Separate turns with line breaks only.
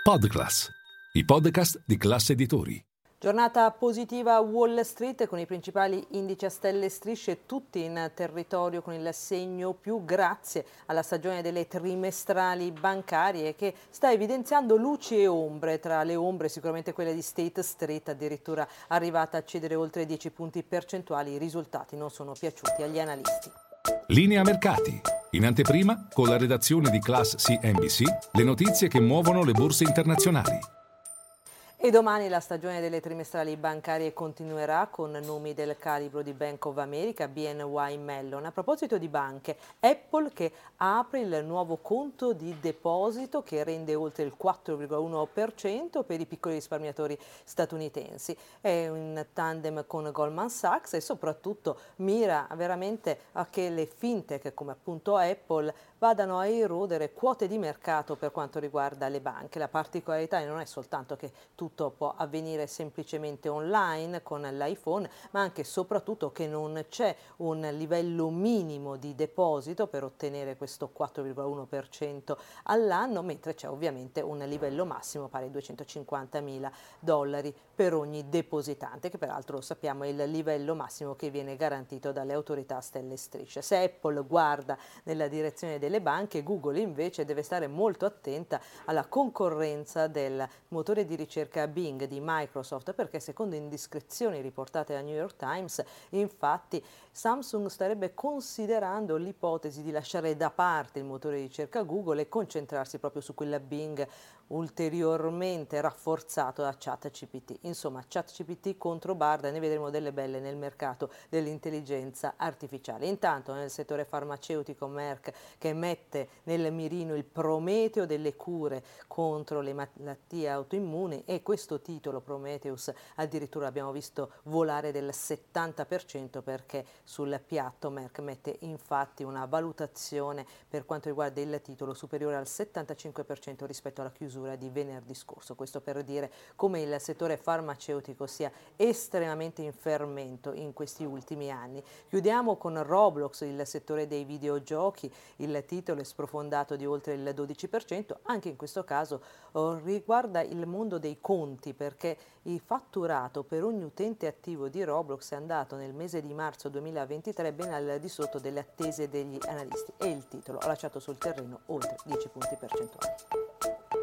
Podclass, i podcast di Class Editori.
Giornata positiva a Wall Street con i principali indici a stelle e strisce tutti in territorio con il segno più grazie alla stagione delle trimestrali bancarie che sta evidenziando luci e ombre. Tra le ombre sicuramente quella di State Street, addirittura arrivata a cedere oltre 10 punti percentuali. I risultati non sono piaciuti agli analisti.
Linea mercati. In anteprima, con la redazione di Class CNBC, le notizie che muovono le borse internazionali.
E domani la stagione delle trimestrali bancarie continuerà con nomi del calibro di Bank of America, BNY Mellon. A proposito di banche, Apple che apre il nuovo conto di deposito che rende oltre il 4,1% per i piccoli risparmiatori statunitensi. È in tandem con Goldman Sachs e soprattutto mira veramente a che le fintech come appunto Apple vadano a erodere quote di mercato per quanto riguarda le banche. La particolarità non è soltanto che tutto può avvenire semplicemente online con l'iPhone, ma anche e soprattutto che non c'è un livello minimo di deposito per ottenere questo 4,1% all'anno, mentre c'è ovviamente un livello massimo pari a $250.000 per ogni depositante, che peraltro lo sappiamo è il livello massimo che viene garantito dalle autorità stelle e strisce. Se Apple guarda nella direzione delle banche, Google invece deve stare molto attenta alla concorrenza del motore di ricerca Bing di Microsoft, perché secondo indiscrezioni riportate da New York Times, infatti Samsung starebbe considerando l'ipotesi di lasciare da parte il motore di ricerca Google e concentrarsi proprio su quella Bing ulteriormente rafforzato da ChatGPT. Insomma, ChatGPT contro Bard, ne vedremo delle belle nel mercato dell'intelligenza artificiale. Intanto nel settore farmaceutico Merck che mette nel mirino il Prometeo delle cure contro le malattie autoimmuni, e questo titolo Prometheus addirittura abbiamo visto volare del 70% perché sul piatto Merck mette infatti una valutazione per quanto riguarda il titolo superiore al 75% rispetto alla chiusura di venerdì scorso. Questo per dire come il settore farmaceutico sia estremamente in fermento in questi ultimi anni. Chiudiamo con Roblox, il settore dei videogiochi. Il titolo è sprofondato di oltre il 12%, anche in questo caso riguarda il mondo dei conti, perché il fatturato per ogni utente attivo di Roblox è andato nel mese di marzo 2023 ben al di sotto delle attese degli analisti e il titolo ha lasciato sul terreno oltre 10 punti percentuali.